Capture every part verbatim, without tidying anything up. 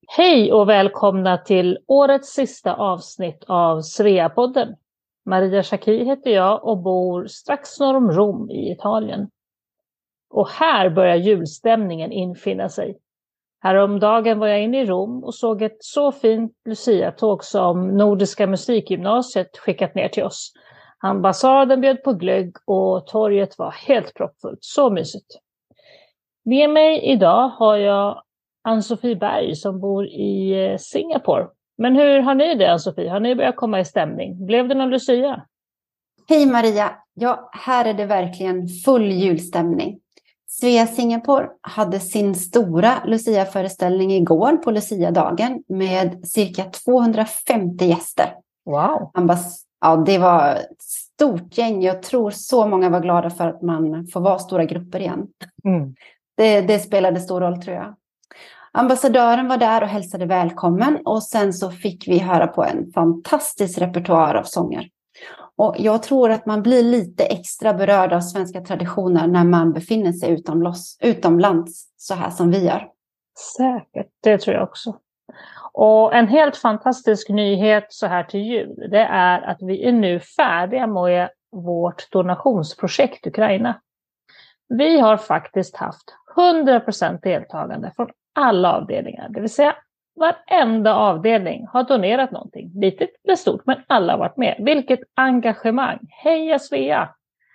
Hej och välkomna till årets sista avsnitt av Sveapodden. Maria Schacki heter jag och bor strax norr om Rom i Italien. Och här börjar julstämningen infinna sig. Häromdagen var jag inne i Rom och såg ett så fint Lucia-tåg som Nordiska musikgymnasiet skickat ner till oss. Ambassaden bjöd på glögg och torget var helt proppfullt. Så mysigt. Med mig idag har jag Ann-Sofie Berg som bor i Singapore. Men hur har ni det, Ann-Sofie? Har ni börjat komma i stämning? Blev det någon Lucia? Hej Maria! Ja, här är det verkligen full julstämning. Svea Singapore hade sin stora Lucia-föreställning igår på Lucia-dagen med cirka tvåhundrafemtio gäster. Wow! Ambass- ja, det var ett stort gäng. Jag tror så många var glada för att man får vara stora grupper igen. Mm. Det, det spelade stor roll, tror jag. Ambassadören var där och hälsade välkommen och sen så fick vi höra på en fantastisk repertoar av sånger. Och jag tror att man blir lite extra berörd av svenska traditioner när man befinner sig utomlands, utomlands så här som vi gör. Säkert, det tror jag också. Och en helt fantastisk nyhet så här till jul, det är att vi är nu färdiga med vårt donationsprojekt Ukraina. Vi har faktiskt haft hundra procent deltagande från alla avdelningar, det vill säga varenda avdelning har donerat någonting, litet eller stort, men alla har varit med. Vilket engagemang! Heja Svea!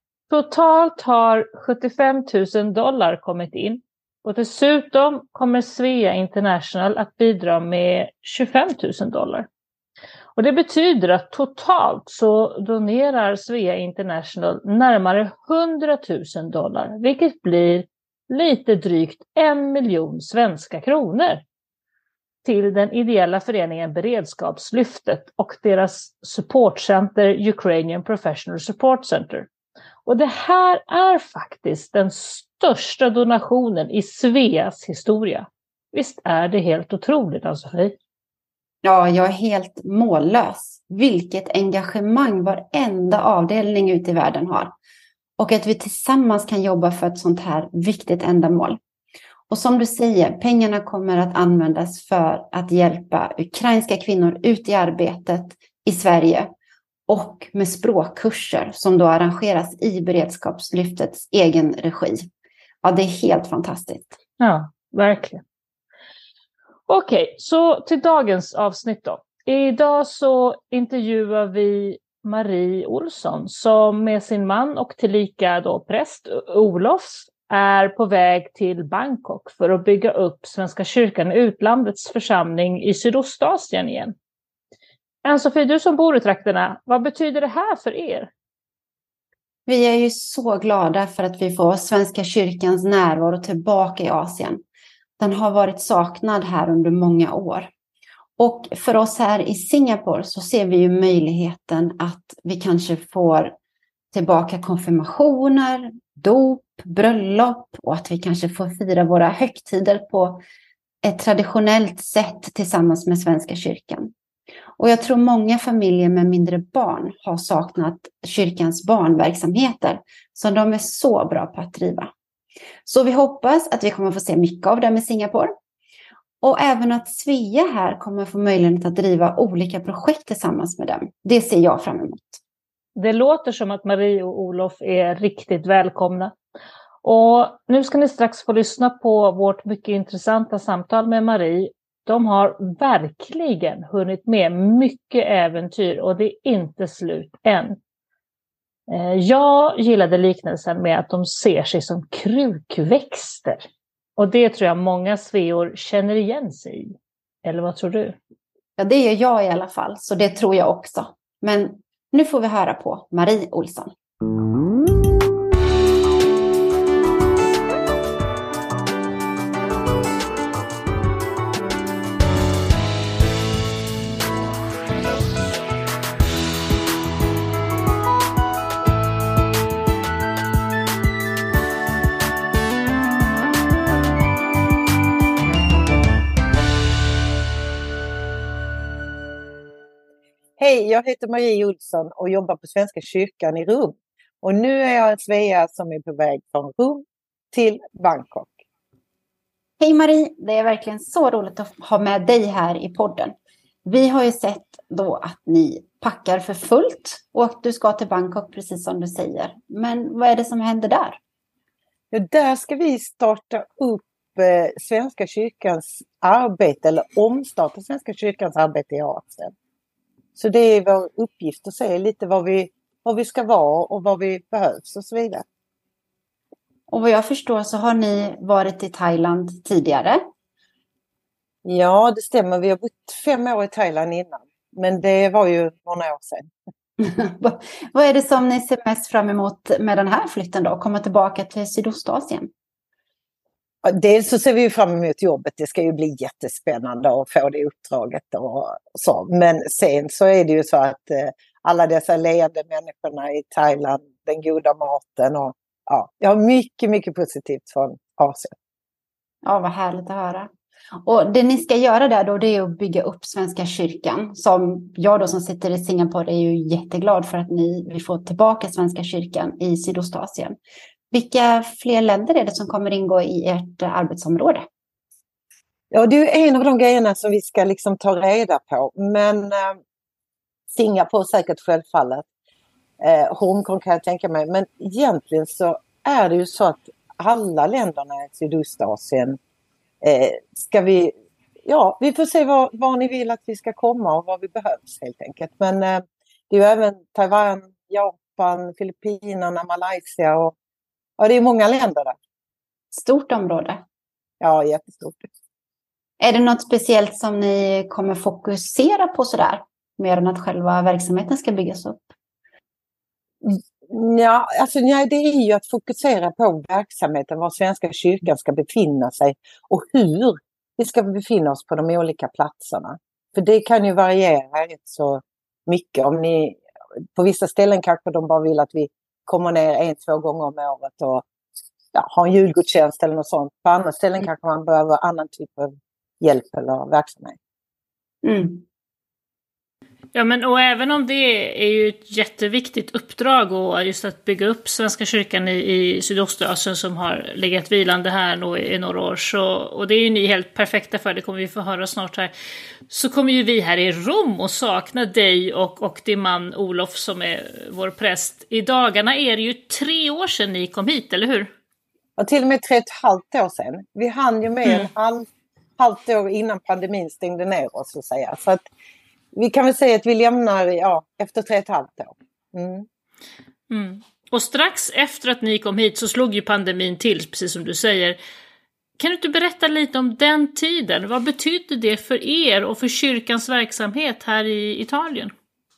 Totalt har sjuttiofem tusen dollar kommit in och dessutom kommer Svea International att bidra med tjugofem tusen dollar. Och det betyder att totalt så donerar Svea International närmare hundra tusen dollar, vilket blir lite drygt en miljon svenska kronor till den ideella föreningen Beredskapslyftet och deras supportcenter Ukrainian Professional Support Center. Och det här är faktiskt den största donationen i Sveas historia. Visst är det helt otroligt, Ann-Sofie? Ja, jag är helt mållös. Vilket engagemang varenda avdelning ute i världen har. Och att vi tillsammans kan jobba för ett sånt här viktigt ändamål. Och som du säger, pengarna kommer att användas för att hjälpa ukrainska kvinnor ut i arbetet i Sverige. Och med språkkurser som då arrangeras i Beredskapslyftets egen regi. Ja, det är helt fantastiskt. Ja, verkligen. Okej, så till dagens avsnitt då. Idag så intervjuar vi Marie Olsson som med sin man och tillika då präst Olof är på väg till Bangkok för att bygga upp Svenska kyrkan i utlandets församling i Sydostasien igen. Ann-Sofie, du som bor i trakterna, vad betyder det här för er? Vi är ju så glada för att vi får Svenska kyrkans närvaro tillbaka i Asien. Den har varit saknad här under många år. Och för oss här i Singapore så ser vi ju möjligheten att vi kanske får tillbaka konfirmationer, dop, bröllop och att vi kanske får fira våra högtider på ett traditionellt sätt tillsammans med Svenska kyrkan. Och jag tror många familjer med mindre barn har saknat kyrkans barnverksamheter som de är så bra på att driva. Så vi hoppas att vi kommer få se mycket av det med Singapore. Och även att Svea här kommer få möjlighet att driva olika projekt tillsammans med dem. Det ser jag fram emot. Det låter som att Marie och Olof är riktigt välkomna. Och nu ska ni strax få lyssna på vårt mycket intressanta samtal med Marie. De har verkligen hunnit med mycket äventyr och det är inte slut än. Jag gillade liknelsen med att de ser sig som krukväxter. Och det tror jag många sveor känner igen sig i. Eller vad tror du? Ja, det gör jag i alla fall. Så det tror jag också. Men nu får vi höra på Marie Olsson. Hej, jag heter Marie Olsson och jobbar på Svenska kyrkan i Rom. Och nu är jag en Svea som är på väg från Rom till Bangkok. Hej Marie, det är verkligen så roligt att ha med dig här i podden. Vi har ju sett då att ni packar för fullt och du ska till Bangkok precis som du säger. Men vad är det som händer där? Ja, där ska vi starta upp eh, Svenska kyrkans arbete eller omstarta Svenska kyrkans arbete i Asien. Så det är vår uppgift att se lite vad vi, vad vi ska vara och vad vi behövs och så vidare. Och vad jag förstår så har ni varit i Thailand tidigare. Ja, det stämmer. Vi har bott fem år i Thailand innan. Men det var ju några år sedan. Vad är det som ni ser mest fram emot med den här flytten då? Komma tillbaka till Sydostasien? Ja, dels så ser vi fram emot jobbet. Det ska ju bli jättespännande att få det uppdraget och så. Men sen så är det ju så att eh, alla dessa leende människorna i Thailand, den goda maten och ja, jag har mycket, mycket positivt från Asien. Ja, vad härligt att höra. Och det ni ska göra där då, det är att bygga upp Svenska kyrkan. Som jag då som sitter i Singapore är ju jätteglad för att ni vill få tillbaka Svenska kyrkan i Sydostasien. Vilka fler länder är det som kommer ingå i ert arbetsområde? Ja, det är ju en av de grejerna som vi ska liksom ta reda på. Men eh, Singapore säkert självfallet. Eh, Hongkong kan jag tänka mig. Men egentligen så är det ju så att alla länderna i Sydostasien eh, ska vi... Ja, vi får se var, var ni vill att vi ska komma och vad vi behövs helt enkelt. Men eh, det är ju även Taiwan, Japan, Filippinerna, Malaysia och ja, det är många länder där. Stort område. Ja, jättestort. Är det något speciellt som ni kommer fokusera på sådär? Mer än att själva verksamheten ska byggas upp? Ja, alltså, ja, det är ju att fokusera på verksamheten, var Svenska kyrkan ska befinna sig och hur vi ska befinna oss på de olika platserna. För det kan ju variera rätt så mycket. Om ni, på vissa ställen kanske de bara vill att vi kommer ner en, två gånger om året och ja, har en julgudstjänst eller något sånt. På andra ställen kanske man behöver annan typ av hjälp eller verksamhet. Mm. Ja, men och även om det är ju ett jätteviktigt uppdrag och just att bygga upp Svenska kyrkan i, i Sydostasien som har legat vilande här nu i, i några år, så, och det är ju ni helt perfekta för, det kommer vi få höra snart här, så kommer ju vi här i Rom och sakna dig och, och din man Olof som är vår präst. I dagarna är det ju tre år sedan ni kom hit, eller hur? Ja, till och med tre och ett halvt år sedan. Vi hann ju med mm. en halv, halvt år innan pandemin stängde ner oss, så att säga. Så att vi kan väl säga att vi lämnar ja, efter tre och ett halvt år. Mm. Mm. Och strax efter att ni kom hit så slog ju pandemin till, precis som du säger. Kan du inte berätta lite om den tiden? Vad betydde det för er och för kyrkans verksamhet här i Italien?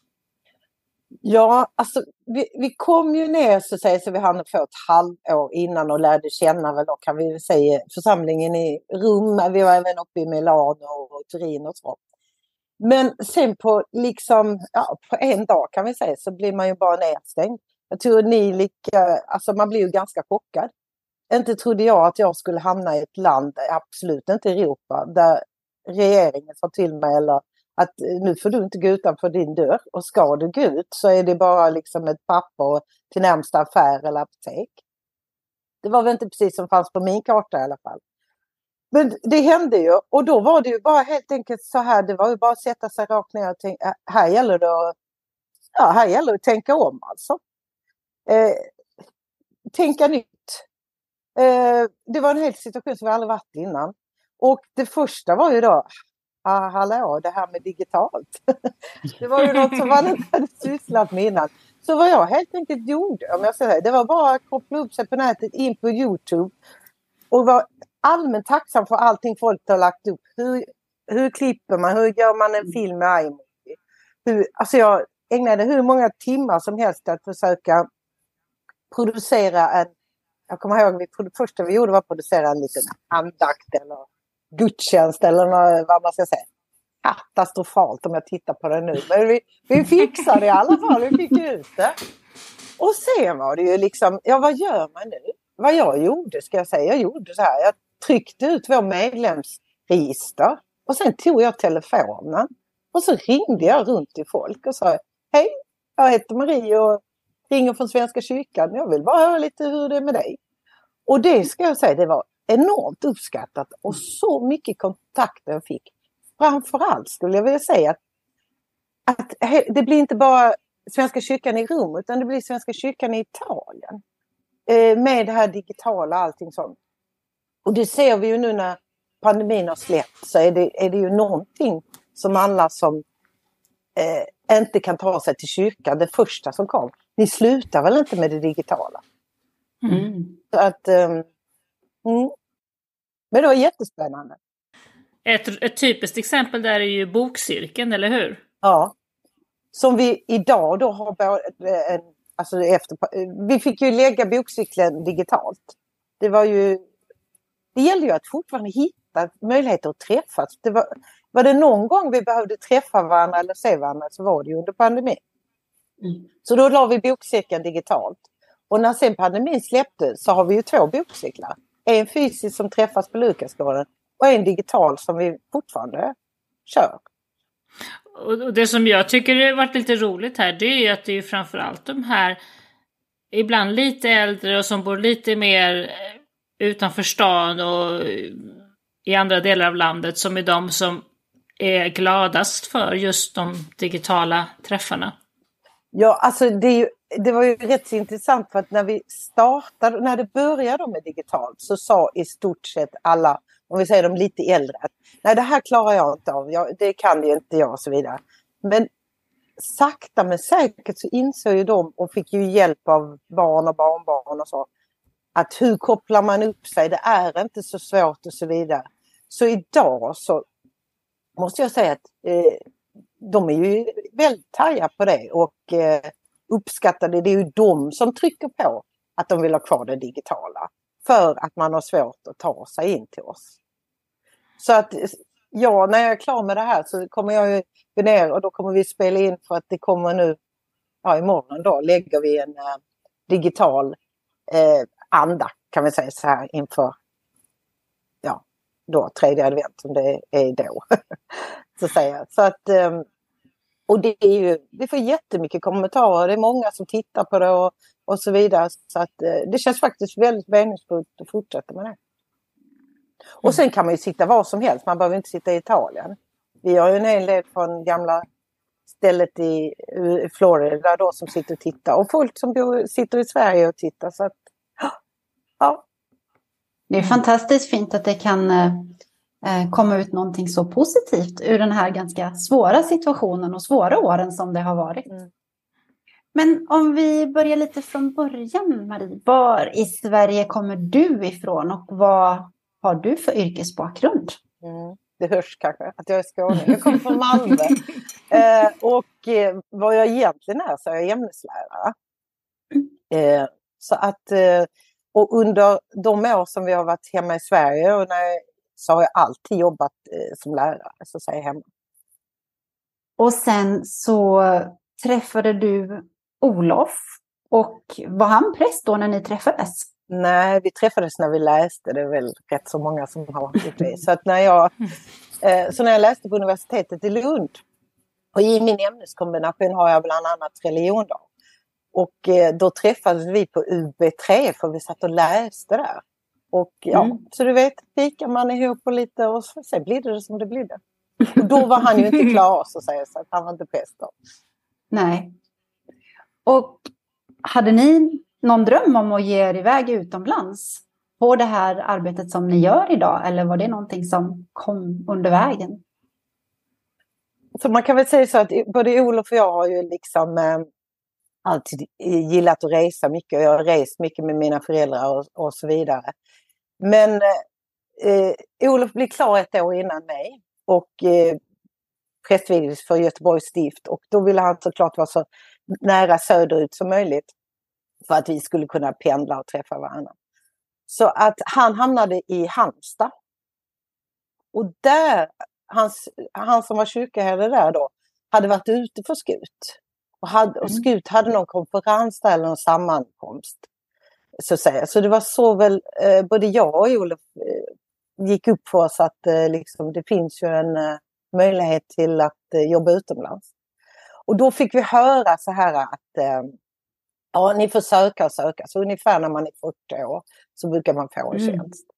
Ja, alltså vi, vi kom ju ner så, att säga, så vi hann få ett halvår innan och lärde känna väl då, kan vi säga, församlingen i Rom. Vi var även uppe i Milano och Turin och så. Men sen på liksom, ja, på en dag kan vi säga så blir man ju bara nedstängd. Jag tror ni lika, alltså man blir ju ganska chockad. Inte trodde jag att jag skulle hamna i ett land, absolut inte i Europa, där regeringen sa till mig eller att nu får du inte gå utanför din dörr. Och ska du gå ut så är det bara liksom ett papper till närmsta affär eller apotek. Det var väl inte precis som fanns på min karta i alla fall. Men det hände ju och då var det ju bara helt enkelt så här, det var ju bara att sätta sig rakt ner och tänka, här gäller det att, ja, här gäller det att tänka om alltså. Eh, tänka nytt. Eh, det var en helt situation som vi aldrig varit innan. Och det första var ju då, ah, hallå, det här med digitalt. Det var ju något som man inte hade sysslat med innan. Så vad jag helt enkelt gjorde, om jag säger det, var bara att koppla upp sig på nätet in på YouTube och var allmänt tacksam för allting folk har lagt upp. Hur, hur klipper man? Hur gör man en film med iMovie? Hur, alltså jag ägnade hur många timmar som helst att försöka producera en... Jag kommer ihåg att det första vi gjorde var att producera en liten andakt eller gudstjänst eller något, vad man ska säga. Katastrofalt om jag tittar på det nu. Men vi, vi fixade det i alla fall. Vi fick ut det. Och sen var det ju liksom, ja vad gör man nu? Vad jag gjorde ska jag säga, jag gjorde så här. Jag tryckte ut vår medlemsregister och sen tog jag telefonen och så ringde jag runt till folk och sa hej, jag heter Marie och ringer från Svenska kyrkan. Jag vill bara höra lite hur det är med dig. Och det ska jag säga, det var enormt uppskattat och så mycket kontakter jag fick. Framförallt skulle jag vilja säga att, att det blir inte bara Svenska kyrkan i Rom utan det blir Svenska kyrkan i Italien. Eh, med det här digitala och allting sånt. Och det ser vi ju nu när pandemin har släppt, så är det, är det ju någonting som alla som eh, inte kan ta sig till kyrkan, det första som kom. Ni slutar väl inte med det digitala? Mm. Så att, um, mm. Men det var jättespännande. Ett, ett typiskt exempel där är ju bokcirkeln, eller hur? Ja. Som vi idag då har både en, alltså efter, vi fick ju lägga bokcirkeln digitalt. Det var ju, det gällde ju att fortfarande hitta möjligheter att träffas. Det var, var det någon gång vi behövde träffa varandra eller se varandra så var det ju under pandemin. Mm. Så då la vi bokcirkeln digitalt. Och när sen pandemin släppte så har vi ju två bokcirklar. En fysisk som träffas på Lukasgården och en digital som vi fortfarande kör. Och det som jag tycker har varit lite roligt här, det är ju att det är framförallt de här ibland lite äldre och som bor lite mer utanför stan och i andra delar av landet som är de som är gladast för just de digitala träffarna. Ja, alltså det, är ju, det var ju rätt så intressant för att när vi startade, när det började med digitalt så sa i stort sett alla, om vi säger de lite äldre, att nej det här klarar jag inte av, jag, det kan ju inte jag och så vidare. Men sakta men säkert så insåg ju de och fick ju hjälp av barn och barnbarn och så, att hur kopplar man upp sig, det är inte så svårt och så vidare. Så idag så måste jag säga att eh, de är ju väldigt taja på det och eh, uppskattar det. Det är ju de som trycker på att de vill ha kvar det digitala. För att man har svårt att ta sig in till oss. Så att ja, när jag är klar med det här så kommer jag ju gå ner och då kommer vi spela in för att det kommer nu, ja imorgon då lägger vi en eh, digital eh, anda kan vi säga så här inför ja, då tredje advent som det är då. så säga. Så att och det är ju, vi får jättemycket kommentarer, det är många som tittar på det och, och så vidare. Så att det känns faktiskt väldigt meningsfullt att fortsätta med det. Och sen kan man ju sitta var som helst, man behöver inte sitta i Italien. Vi har ju en hel del från gamla stället i Florida då som sitter och tittar. Och folk som bor, sitter i Sverige och tittar. Så att, ja. Det är fantastiskt fint att det kan eh, komma ut någonting så positivt ur den här ganska svåra situationen och svåra åren som det har varit. Mm. Men om vi börjar lite från början, Marie. Var i Sverige kommer du ifrån och vad har du för yrkesbakgrund? Mm. Det hörs kanske att jag är skåning. Jag kommer från Malmö. eh, och eh, vad jag egentligen är så är jag ämneslärare. Eh, så att, eh, och under de år som vi har varit hemma i Sverige och när, så har jag alltid jobbat eh, som lärare, så säger jag hemma. Och sen så träffade du Olof och var han präst då när ni träffades? Nej, vi träffades när vi läste. Det är väl rätt så många som har gjort det. Så, att när jag, eh, så när jag läste på universitetet i Lund och i min ämneskombination har jag bland annat religion då. Och eh, då träffades vi på U B tre för vi satt och läste där. Och ja, mm. så du vet, fikar man ihop och lite och så, så blir det som det blir det. Och då var han ju inte klar så säger så att han var inte präst då. Nej. Och hade ni någon dröm om att ge er iväg utomlands på det här arbetet som ni gör idag? Eller var det någonting som kom under vägen? Så man kan väl säga så att både Olof och jag har ju liksom eh, alltid gillat att resa mycket. Och jag har rest mycket med mina föräldrar och, och så vidare. Men eh, Olof blev klar ett år innan mig. Och eh, prästvigdes för Göteborgs stift. Och då ville han såklart vara så nära söderut som möjligt. För att vi skulle kunna pendla och träffa varandra. Så att han hamnade i Halmstad. Och där, hans, han som var kyrkoherde där då, hade varit ute för Skut. Och, hade, och Skut hade någon konferens där eller någon sammankomst. Så, att säga. Så det var så väl, eh, både jag och Olof eh, gick upp för oss att eh, liksom, det finns ju en eh, möjlighet till att eh, jobba utomlands. Och då fick vi höra så här att eh, ja, ni får söka och söka. Så ungefär när man är fyrtio år så brukar man få en tjänst.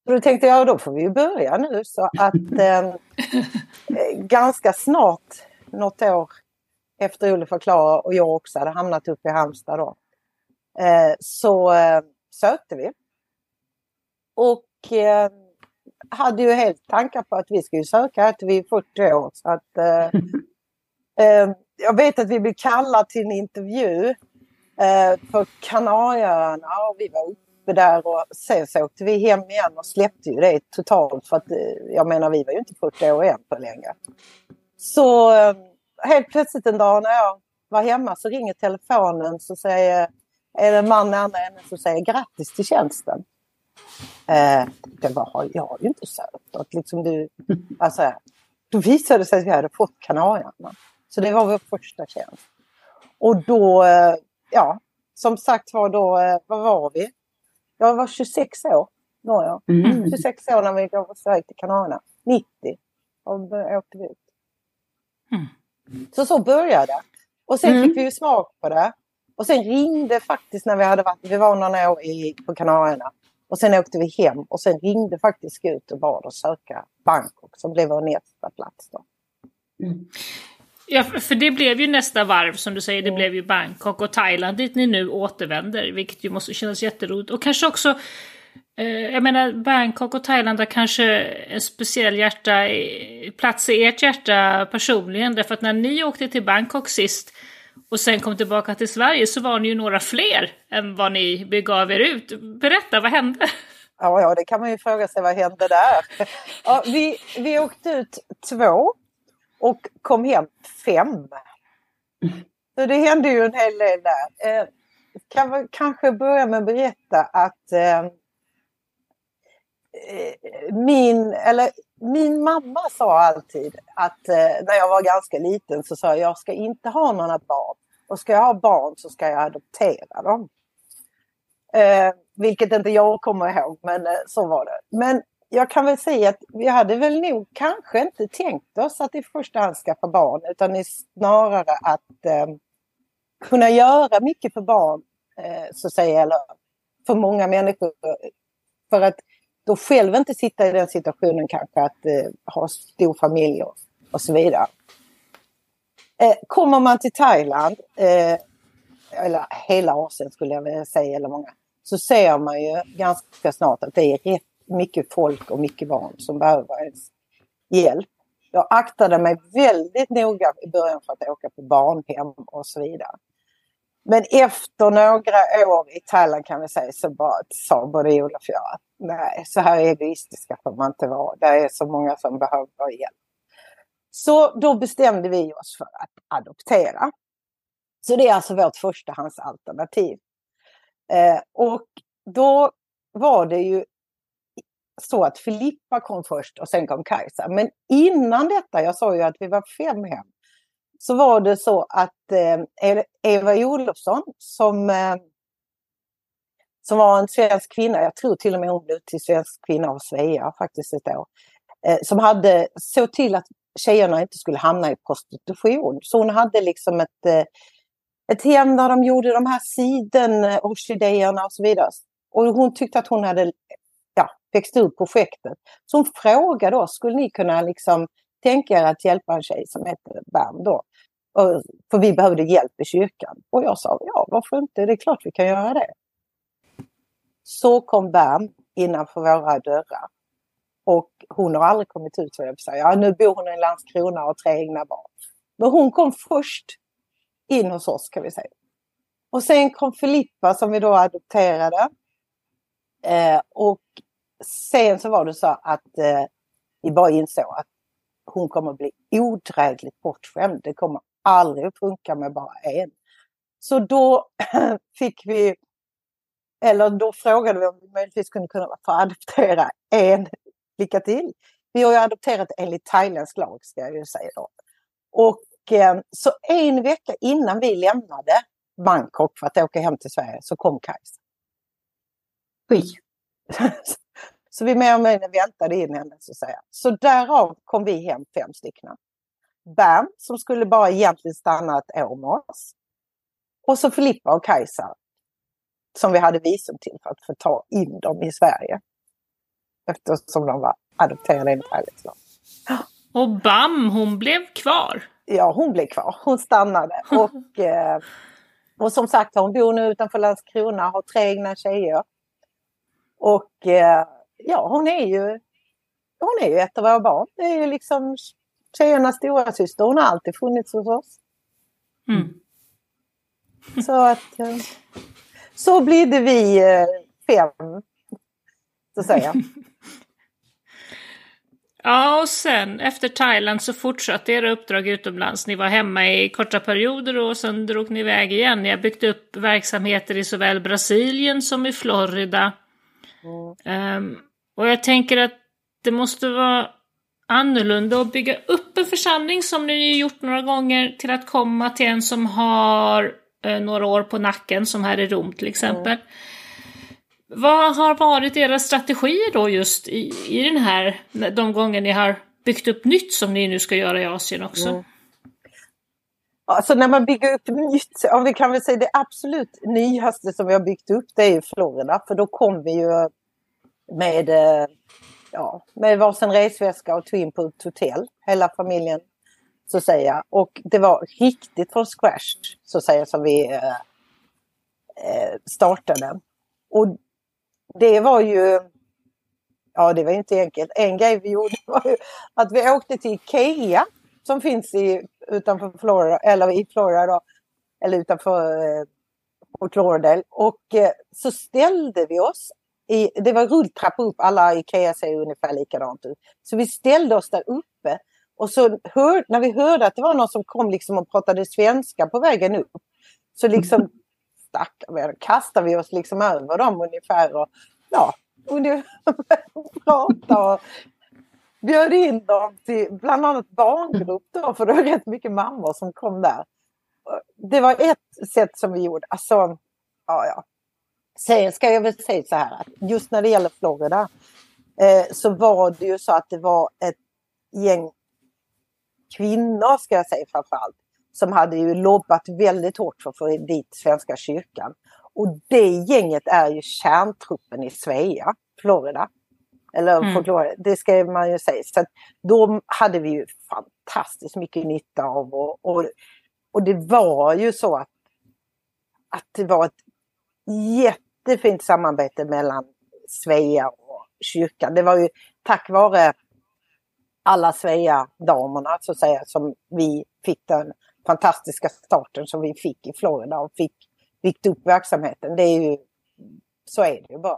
Så då tänkte jag, då får vi börja nu. Så att eh, ganska snart, något år efter Olle förklarade och jag också hade hamnat upp i Halmstad då, eh, så eh, sökte vi. Och eh, hade ju helt tankar på att vi skulle söka till vi är fyrtio år. Så att, eh, eh, jag vet att vi blev kallade till en intervju eh, för Kanarieöarna och vi var uppe där och sen så åkte vi hem igen och släppte ju det totalt för att eh, jag menar vi var ju inte fyrtio år än på länge. Så eh, helt plötsligt en dag när jag var hemma så ringer telefonen så säger är det en man nära henne som säger grattis till tjänsten. Eh, det var jag har ju inte sökt att liksom du, alltså, då visade det sig att vi hade fått Kanarieöarna. Så det var vår första tjänst. Och då, eh, ja, som sagt var då, eh, vad var vi? Jag var tjugosex år, var jag. Mm. tjugosex år när vi gav oss iväg till Kanarieöarna. nittio. Och då åkte vi ut. Mm. Så så började det. Och sen mm. fick vi ju smak på det. Och sen ringde faktiskt när vi hade varit, vi var några år i, på Kanarieöarna. Och sen åkte vi hem och sen ringde faktiskt ut och bad oss söka Bangkok som blev vår nästa plats då. Mm. Ja, för det blev ju nästa varv som du säger, det mm. blev ju Bangkok och Thailand dit ni nu återvänder, vilket ju måste kännas jätteroligt. Och kanske också, eh, jag menar Bangkok och Thailand har kanske en speciell hjärta, plats i ert hjärta personligen, därför att när ni åkte till Bangkok sist och sen kom tillbaka till Sverige så var ni ju några fler än vad ni begav er ut. Berätta, vad hände? Ja, ja det kan man ju fråga sig, vad hände där? Ja, vi, vi åkte ut två och kom hem fem. Så det hände ju en hel del där. Eh, kan vi kanske börja med att berätta att eh, min, eller, min mamma sa alltid att eh, när jag var ganska liten så sa jag, jag ska inte ha några barn. Och ska jag ha barn så ska jag adoptera dem. Eh, vilket inte jag kommer ihåg, men eh, så var det. Men jag kan väl säga att vi hade väl nog kanske inte tänkt oss att i första hand skaffa barn. Utan snarare att eh, kunna göra mycket för barn, eh, så att säga, eller för många människor. För att då själv inte sitta i den situationen kanske att eh, ha stor familj och, och så vidare. Eh, kommer man till Thailand, eh, eller hela Asien skulle jag vilja säga, eller många, så ser man ju ganska snart att det är rätt mycket folk och mycket barn som behöver ens hjälp. Jag aktade mig väldigt noga i början för att åka på barnhem och så vidare. Men efter några år i Thailand kan vi säga så bara, sa både Olof och jag att nej, så här egoistiska får man inte vara. Det är så många som behöver hjälp. Så då bestämde vi oss för att adoptera. Så det är alltså vårt förstahandsalternativ. Eh, och då var det ju så att Filippa kom först och sen kom Kajsa. Men innan detta, jag sa ju att vi var fem hem, så var det så att eh, Eva Olofsson som, eh, som var en svensk kvinna, jag tror till och med hon blev till svensk kvinna av Svea faktiskt ett år, eh, som hade så till att tjejerna inte skulle hamna i prostitution. Så hon hade liksom ett, eh, ett hem där de gjorde de här siden, eh, orkidéerna och så vidare. Och hon tyckte att hon hade ja, växt upp projektet. Så hon frågade då, skulle ni kunna liksom tänka er att hjälpa en tjej som heter Bam då? Och, för vi behövde hjälp i kyrkan. Och jag sa, ja varför inte, det är klart vi kan göra det. Så kom Bam innanför våra dörrar. Och hon har aldrig kommit ut, för jag säga. Ja, nu bor hon i Landskrona och har tre egna barn. Men hon kom först in hos oss kan vi säga. Och sen kom Filippa som vi då adopterade. Eh, och sen så var det så att eh, vi bara insåg att hon kommer att bli odrägligt bortskämd. Det kommer aldrig att funka med bara en. Så då fick vi, eller då frågade vi om vi möjligtvis kunde kunna få adoptera en lycka till. Vi har ju adopterat enligt thailändsk lag ska jag ju säga då. Och eh, så en vecka innan vi lämnade Bangkok för att åka hem till Sverige så kom Kajsa. Oj. Så vi med och med väntade in henne så att säga. Så därav kom vi hem fem stycken. Bam som skulle bara egentligen stanna ett år med oss. Och så Filippa och Kajsa som vi hade visum till för att få ta in dem i Sverige. eftersom de var adopterade enligt härlighetslag. Och bam, hon blev kvar. Ja, hon blev kvar. Hon stannade. och, eh, och som sagt, hon bor nu utanför Landskrona, har tre egna tjejer. Och eh, ja, hon är ju hon är ju ett av våra barn. Det är ju liksom tjejernas stora syster. Hon har alltid funnits hos oss. Mm. Så att eh, så blir det vi eh, fem, så att säga. Ja, och sen efter Thailand så fortsatte era uppdrag utomlands. Ni var hemma i korta perioder och sen drog ni iväg igen. Ni har byggt upp verksamheter i såväl Brasilien som i Florida. Mm. Um, och jag tänker att det måste vara annorlunda att bygga upp en församling som ni gjort några gånger till att komma till en som har uh, några år på nacken, som här i Rom till exempel. Mm. Vad har varit era strategier då just i, i den här, de gånger ni har byggt upp nytt som ni nu ska göra i Asien också? Mm. Alltså när man bygger upp nytt, om vi kan väl säga det absolut nyaste som vi har byggt upp, det är ju Florida. För då kom vi ju med, ja, med varsin resväska och tog in på ett hotell, hela familjen så att säga. Och det var riktigt från scratch så att säga som vi eh, startade. Och det var ju, ja det var inte enkelt. En grej vi gjorde var ju att vi åkte till Ikea som finns i, utanför Florida, eller i Florida då, eller utanför eh, Fort Lauderdale. Och eh, så ställde vi oss, i, det var rulltrappa upp, alla Ikea ser ungefär likadant ut. Så vi ställde oss där uppe och så hör, när vi hörde att det var någon som kom liksom och pratade svenska på vägen upp, så liksom stack, kastade vi oss liksom över dem ungefär och ja, prata och bjöd in dem till bland annat barngrupp då, för det var rätt mycket mammor som kom där. Det var ett sätt som vi gjorde. Alltså, ja, ja. Sen ska jag väl säga så här att just när det gäller Florida eh, så var det ju så att det var ett gäng kvinnor, ska jag säga framförallt, som hade ju lobbat väldigt hårt för att få dit Svenska kyrkan. Och det gänget är ju kärntruppen i Svea, Florida. Eller mm. Florida, det ska man ju säga. Så att då hade vi ju fantastiskt mycket nytta av. Och, och, och det var ju så att, att det var ett jättefint samarbete mellan Svea och kyrkan. Det var ju tack vare alla Svea-damerna så att säga som vi fick den fantastiska starten som vi fick i Florida och fick byggt upp verksamheten. Det är ju, så är det ju bara.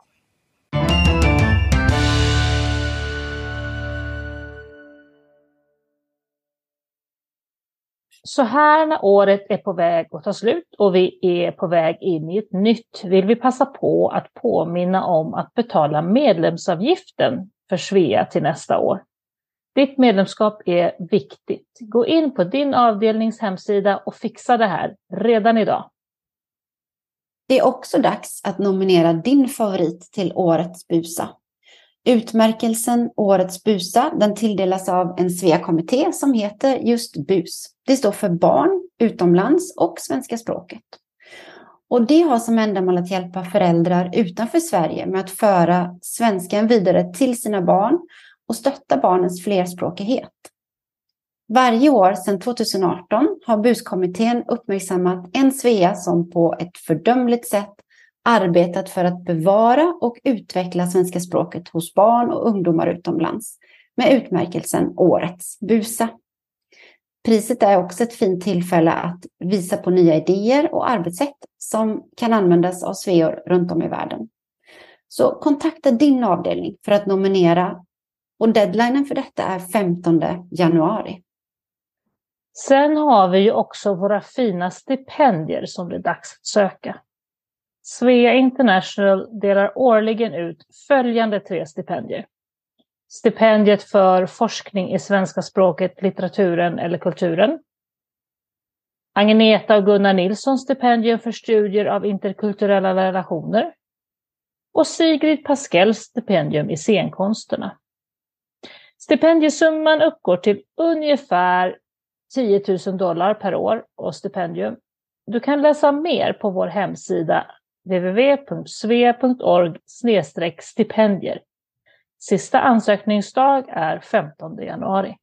Så här när året är på väg att ta slut och vi är på väg in i ett nytt vill vi passa på att påminna om att betala medlemsavgiften för Svea till nästa år. Ditt medlemskap är viktigt. Gå in på din avdelnings hemsida och fixa det här redan idag. Det är också dags att nominera din favorit till Årets Busa. Utmärkelsen Årets Busa, den tilldelas av en Svea-kommitté som heter just BUS. Det står för barn, utomlands och svenska språket. Och det har som ändamål att hjälpa föräldrar utanför Sverige med att föra svenskan vidare till sina barn och stötta barnens flerspråkighet. Varje år sedan tjugoarton har BUS-kommittén uppmärksammat en Svea som på ett fördömligt sätt arbetat för att bevara och utveckla svenska språket hos barn och ungdomar utomlands med utmärkelsen Årets Busa. Priset är också ett fint tillfälle att visa på nya idéer och arbetssätt som kan användas av sveor runt om i världen. Så kontakta din avdelning för att nominera och deadlinen för detta är femtonde januari. Sen har vi ju också våra fina stipendier som det är dags att söka. Svea International delar årligen ut följande tre stipendier. Stipendiet för forskning i svenska språket, litteraturen eller kulturen. Agneta och Gunnar Nilsson stipendium för studier av interkulturella relationer. Och Sigrid Paskells stipendium i scenkonsterna. Stipendiesumman uppgår till ungefär tio tusen dollar per år och stipendium. Du kan läsa mer på vår hemsida w w w punkt svea punkt org slash stipendier. Sista ansökningsdag är femtonde januari.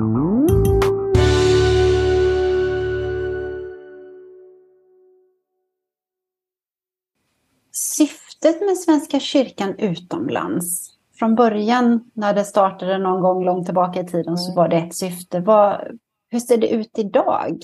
Syftet med Svenska kyrkan utomlands, från början när det startade någon gång långt tillbaka i tiden så var det ett syfte. Vad, hur ser det ut idag?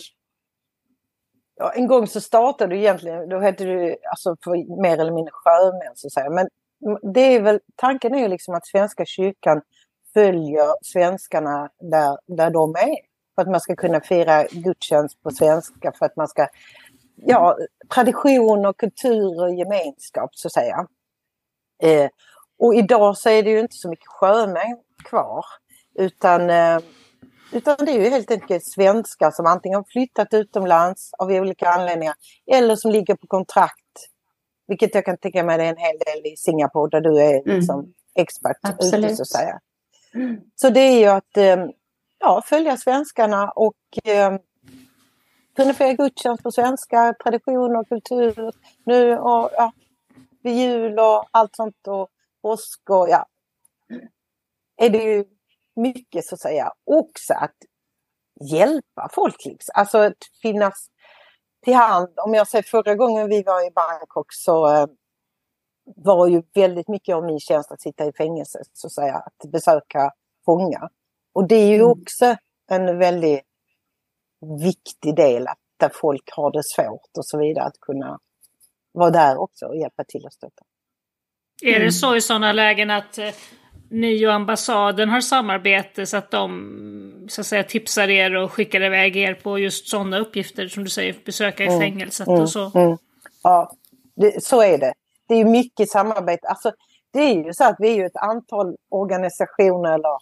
Ja, en gång så startade du egentligen, då hette du alltså för mer eller mindre sjömän så att säga. Men det är väl, tanken är ju liksom att Svenska kyrkan följer svenskarna där, där de är. För att man ska kunna fira gudstjänst på svenska, för att man ska, ja, tradition och kultur och gemenskap så att säga. Eh, och idag så är det ju inte så mycket sjömän kvar, utan, eh, utan det är ju helt enkelt svenskar som antingen har flyttat utomlands av olika anledningar eller som ligger på kontrakt. Vilket jag kan tänka mig är en hel del i Singapore där du är liksom mm. expert ute så att säga. Mm. Så det är ju att eh, ja, följa svenskarna och eh, kunna fira gudstjänst på svenska, tradition och kultur nu och ja, vid jul och allt sånt och påsk och ja. Är det ju mycket så att säga också att hjälpa folk liksom. Alltså att finnas till hand. Om jag säger förra gången vi var i Bangkok så eh, var ju väldigt mycket av min tjänst att sitta i fängelse så att säga, att besöka fångar. Och det är ju mm. också en väldigt viktig del att där folk har det svårt och så vidare att kunna vara där också och hjälpa till att stötta. Mm. Är det så i sådana lägen att eh, ni och ambassaden har samarbete så att de så att säga tipsar er och skickar iväg er på just sådana uppgifter som du säger, besöka i mm. fängelset mm. och så? Mm. Ja, det, så är det. Det är mycket samarbete. Alltså, det är ju så att vi är ju ett antal organisationer eller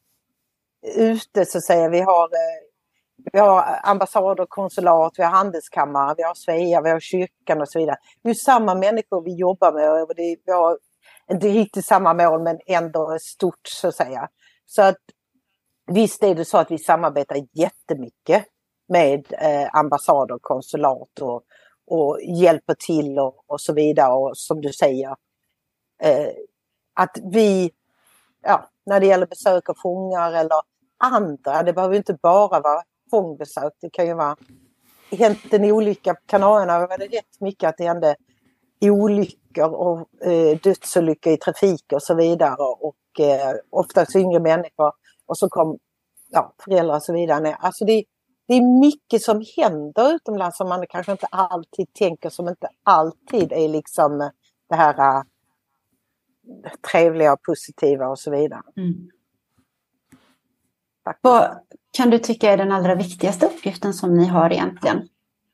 ute så att säga. Vi har, vi har ambassader, konsulat, vi har handelskammare, vi har Svea, vi har kyrkan och så vidare. Det är ju samma människor vi jobbar med och det, vi har inte riktigt samma mål men ändå stort så att säga. Så att visst är det så att vi samarbetar jättemycket med eh, ambassader, konsulat och, och hjälper till och, och så vidare. Och som du säger, eh, att vi, ja, när det gäller besök av fångar eller andra, det behöver inte bara vara fångbesök, det kan ju vara hänt en olycka på Kanarierna, var det rätt mycket att det hände olyckor och eh, dödsolyckor i trafik och så vidare och eh, oftast yngre människor och så kom ja, föräldrar och så vidare. Alltså det, det är mycket som händer utomlands som man kanske inte alltid tänker, som inte alltid är liksom det här äh, trevliga och positiva och så vidare. Mm. Vad kan du tycka är den allra viktigaste uppgiften som ni har egentligen?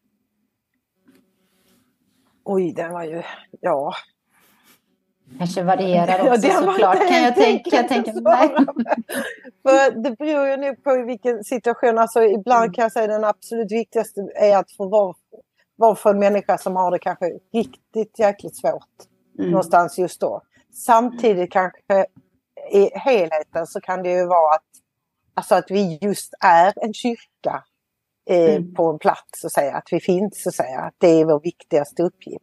Oj, den var ju, ja. Kanske varierar också ja, såklart. Kan jag tänka, jag tänka nej. För det beror ju nu på i vilken situation. Alltså ibland mm. kan jag säga den absolut viktigaste är att få vara, vara för en människa som har det kanske riktigt jäkligt svårt. Mm. Någonstans just då. Samtidigt kanske i helheten så kan det ju vara att, alltså att vi just är en kyrka eh, mm. på en plats så att säga. Att vi finns så att säga. Att det är vår viktigaste uppgift.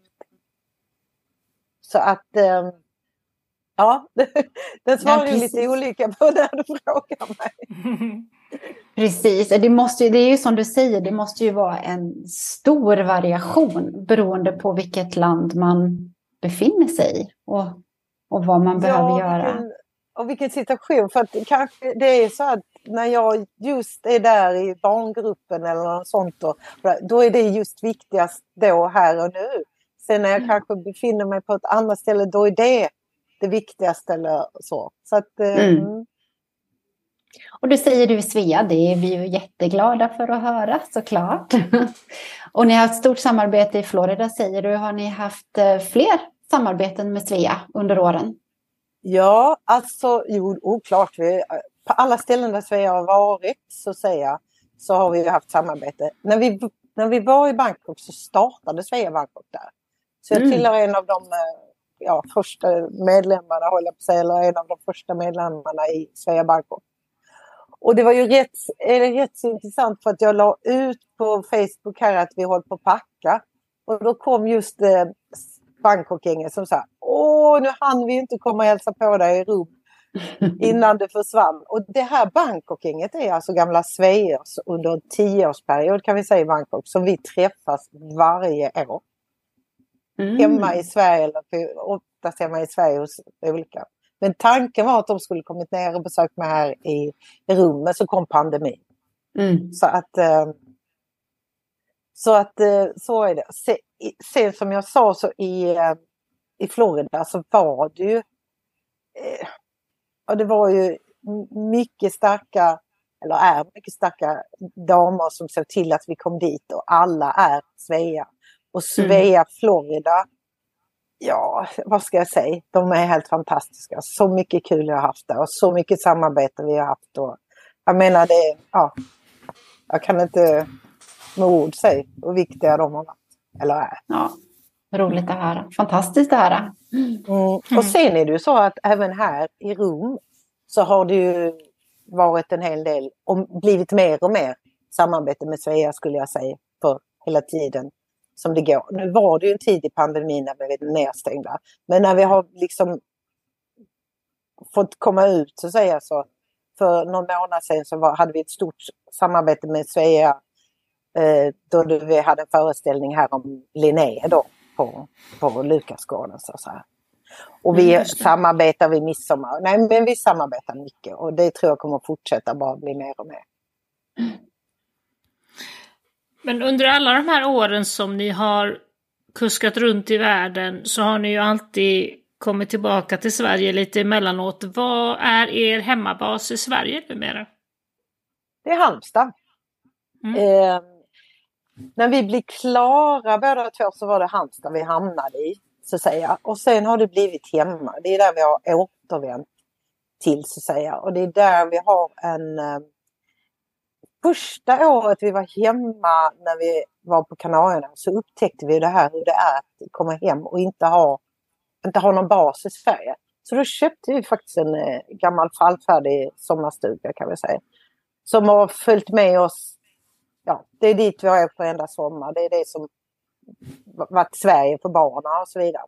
Så att, eh, ja, den svarar ju lite olika på när du frågar mig. Precis, det, måste ju, det är ju som du säger, det måste ju vara en stor variation beroende på vilket land man befinner sig i och, och vad man ja, behöver göra. Vilken, och vilken situation, för att kanske det är så att när jag just är där i barngruppen eller något sånt då, då är det just viktigast då här och nu. Sen när jag mm. kanske befinner mig på ett annat ställe, då är det det viktigaste eller så. Så att, mm. Mm. Och du säger du Svea, det är vi ju jätteglada för att höra såklart. Och ni har haft stort samarbete i Florida säger du. Har ni haft fler samarbeten med Svea under åren? Ja, alltså jo, oklart. Vi, på alla ställen där Svea har varit så säger jag, så har vi haft samarbete. När vi, när vi var i Bangkok så startade Svea Bangkok där. Så jag mm. tillhör en av de ja, första medlemmarna, håller jag på att säga, eller en av de första medlemmarna i Svea Bangkok. Och det var ju rätt, är det rätt så intressant för att jag la ut på Facebook här att vi håller på att packa. Och då kom just eh, Bangkok-gänget som sa, åh nu hann vi inte komma och hälsa på dig i Rom. innan det försvann. Och det här Bangkokinget är alltså gamla Sveas under en tioårsperiod kan vi säga i Bangkok. Så vi träffas varje år. Mm. Hemma i Sverige, eller oftast hemma i Sverige hos olika. Men tanken var att de skulle kommit ner och besökt mig här i, i rummet, så kom pandemin. Mm. Så att eh, så att eh, så är det. Sen, sen som jag sa så i, eh, i Florida så var det ju eh, och det var ju mycket starka, eller är mycket starka damer som såg till att vi kom dit, och alla är Svea. Och Svea, mm. Florida, ja, vad ska jag säga? De är helt fantastiska. Så mycket kul jag har haft där och så mycket samarbete vi har haft. Och jag menar det, ja, jag kan inte med ord säga hur viktiga de har varit, eller är. Ja, roligt att höra. Fantastiskt att höra. Mm. Mm. Och sen är det ju så att även här i Rom så har det ju varit en hel del, och blivit mer och mer samarbete med Svea skulle jag säga, för hela tiden som det går. Nu var det ju en tid i pandemin när vi var nedstängda. Men när vi har liksom fått komma ut så att säga, så för någon månad sedan så var, hade vi ett stort samarbete med Svea eh, då vi hade en föreställning här om Linné då på, på Lukasgården så, så här. Och vi mm, samarbetar vid midsommar. Nej, men vi samarbetar mycket och det tror jag kommer att fortsätta bara bli mer och mer. Men under alla de här åren som ni har kuskat runt i världen så har ni ju alltid kommit tillbaka till Sverige lite emellanåt. Vad är er hemmabas i Sverige numera? Det är Halmstad. Mm. Eh, när vi blev klara båda två så var det Halmstad vi hamnade i, så att säga. Och sen har det blivit hemma. Det är där vi har återvänt till, så att säga. Och det är där vi har en... Eh, första året vi var hemma när vi var på Kanarierna så upptäckte vi det här hur det är att komma hem och inte ha, inte ha någon bas i Sverige. Så då köpte vi faktiskt en eh, gammal fallfärdig sommarstuga kan vi säga. Som har följt med oss, ja det är dit vi har åkt varenda sommar. Det är det som varit Sverige för barnen och så vidare.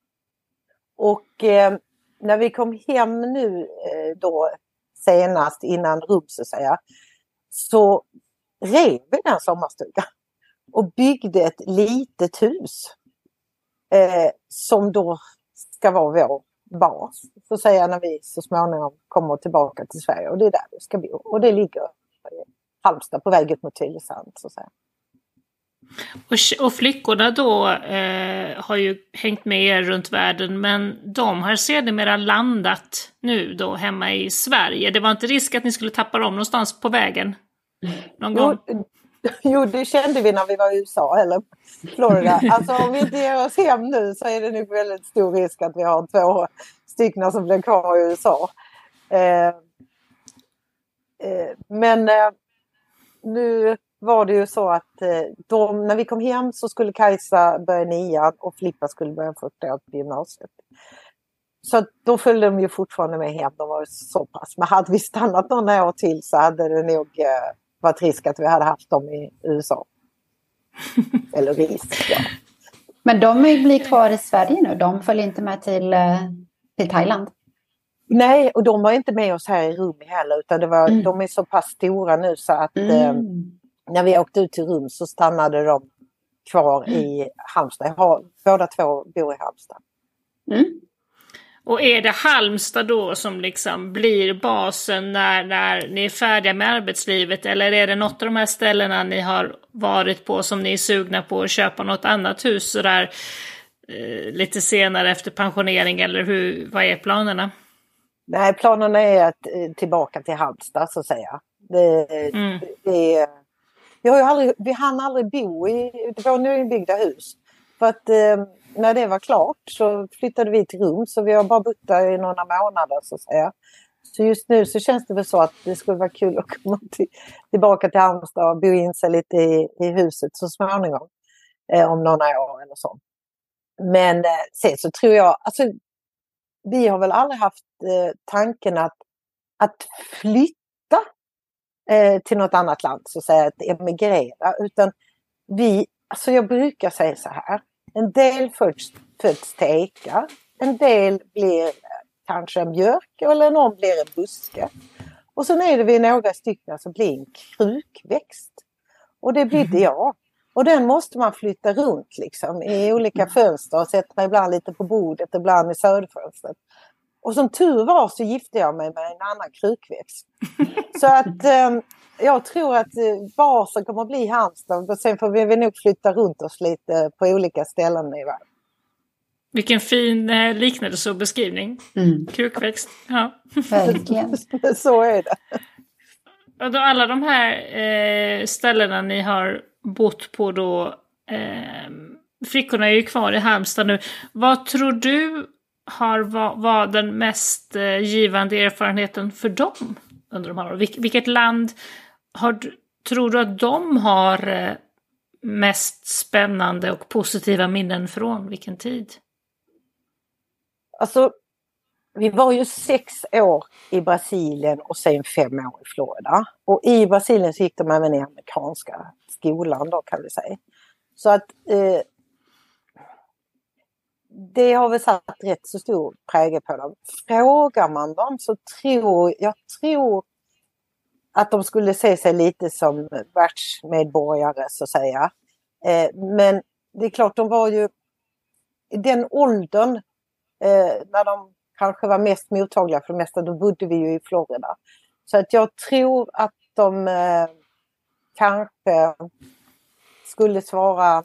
Och eh, när vi kom hem nu eh, då senast innan Rum så att säga, så rev vi den sommarstugan och byggde ett litet hus eh, som då ska vara vår bas, så att säga, när vi så småningom kommer tillbaka till Sverige, och det är där vi ska bo. Och det ligger i Halmstad på väg upp mot Tylösand, så att säga. Och, och flickorna då eh, har ju hängt med er runt världen, men de har sedermera landat nu då hemma i Sverige. Det var inte risk att ni skulle tappa dem någonstans på vägen? Någon gång? Jo, jo, det kände vi när vi var i U S A eller Florida. Alltså om vi inte ger oss hem nu så är det nog väldigt stor risk att vi har två stycken som blir kvar i U S A. Eh, eh, men eh, nu var det ju så att eh, de, när vi kom hem så skulle Kajsa börja nian och Filippa skulle börja första året på gymnasiet. Så då följde de ju fortfarande med hem, de var så pass. Men hade vi stannat några år till så hade det nog eh, varit risk att vi hade haft dem i U S A. Eller risk, ja. Men de blir kvar i Sverige nu, de följer inte med till, till Thailand? Nej, och de var inte med oss här i Rum heller, utan det var, mm. de är så pass stora nu så att mm. eh, när vi åkte ut till Rum så stannade de kvar mm. i Halmstad. Har, båda två bor i Halmstad. Mm. Och är det Halmstad då som liksom blir basen när, när ni är färdiga med arbetslivet? Eller är det något av de här ställena ni har varit på som ni är sugna på att köpa något annat hus så där, eh, lite senare efter pensionering? Eller hur, vad är planerna? Nej, planerna är att eh, tillbaka till Halmstad så att säga. Det, mm. det, vi, har ju aldrig, vi hann aldrig bo i våra nybyggda hus. För att eh, när det var klart så flyttade vi till Rum, så vi har bara bott där i några månader så att säga. Så just nu så känns det väl så att det skulle vara kul att komma till, tillbaka till Halmstad och bo in sig lite i, i huset så småningom. Eh, om några år eller så. Men eh, sen så tror jag, alltså vi har väl aldrig haft eh, tanken att, att flytta eh, till något annat land så att säga, att emigrera, utan vi, alltså jag brukar säga så här, en del föds, föds till ekar, en del blir kanske en björk eller någon blir en buske. Och sen är det vi några stycken som blir en krukväxt. Och det blir jag. Och den måste man flytta runt liksom i olika fönster och sätta ibland lite på bordet, ibland i söderfönstret. Och som tur var så gifte jag mig med en annan krukväxt. Så att eh, jag tror att eh, basen kommer att bli Halmstad och sen får vi, vi nog flytta runt oss lite på olika ställen i världen. Vilken fin eh, liknelse och beskrivning. Mm. Krukväxt, ja. Verkligen. Så är det. Och då alla de här eh, ställena ni har bott på då, eh, flickorna är ju kvar i Halmstad nu. Vad tror du har var, var den mest eh, givande erfarenheten för dem under de här åren? Vil- vilket land har du, tror du att de har eh, mest spännande och positiva minnen från? Vilken tid? Alltså, vi var ju sex år i Brasilien och sen fem år i Florida. Och i Brasilien så gick de även i amerikanska skolan då kan vi säga. Så att eh, det har väl satt rätt så stor prägel på dem. Frågar man dem så tror jag tror att de skulle se sig lite som världsmedborgare så att säga. Eh, men det är klart de var ju i den åldern eh, när de kanske var mest mottagliga för det mesta, då bodde vi ju i Florida. Så att jag tror att de eh, kanske skulle svara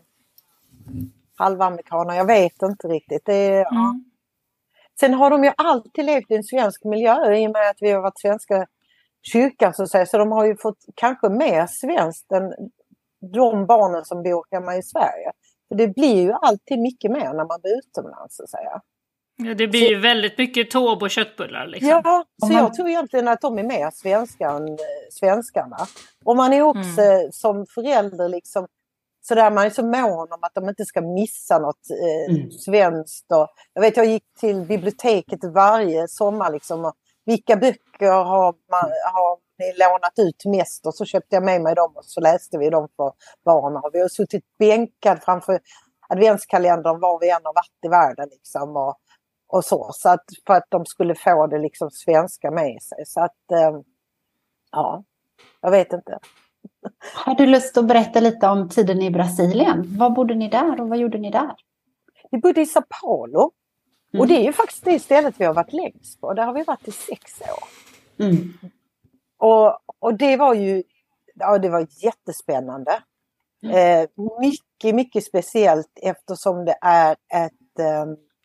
halvamerikaner, jag vet inte riktigt. Det är, mm. ja. Sen har de ju alltid levt i en svensk miljö i och med att vi har varit svenska kyrkan så att säga. Så de har ju fått kanske mer svenskt än de barnen som bor hemma i Sverige. För det blir ju alltid mycket mer när man bor utomlands så att säga. Ja, det blir ju väldigt mycket tåb och köttbullar. Liksom. Ja, så jag tror egentligen att de är mer svenska än svenskarna. Och man är också mm. som förälder liksom, så där man är så mån om att de inte ska missa något eh, mm. svenskt. Och, jag vet, jag gick till biblioteket varje sommar liksom, och vilka böcker har, man, har ni lånat ut mest? Och så köpte jag med mig dem och så läste vi dem för barnen. Vi har suttit bänkad framför adventskalendern var vi än har varit i världen liksom, och Och så, så att för att de skulle få det liksom svenska med sig. Så att, eh, ja, jag vet inte. Har du lust att berätta lite om tiden i Brasilien? Var bodde ni där och vad gjorde ni där? Vi bodde i São Paulo. Mm. Och det är ju faktiskt det stället vi har varit längst på. Där har vi varit i sex år. Mm. Och, och det var ju ja, det var jättespännande. Mm. Eh, mycket, mycket speciellt eftersom det är ett... Eh,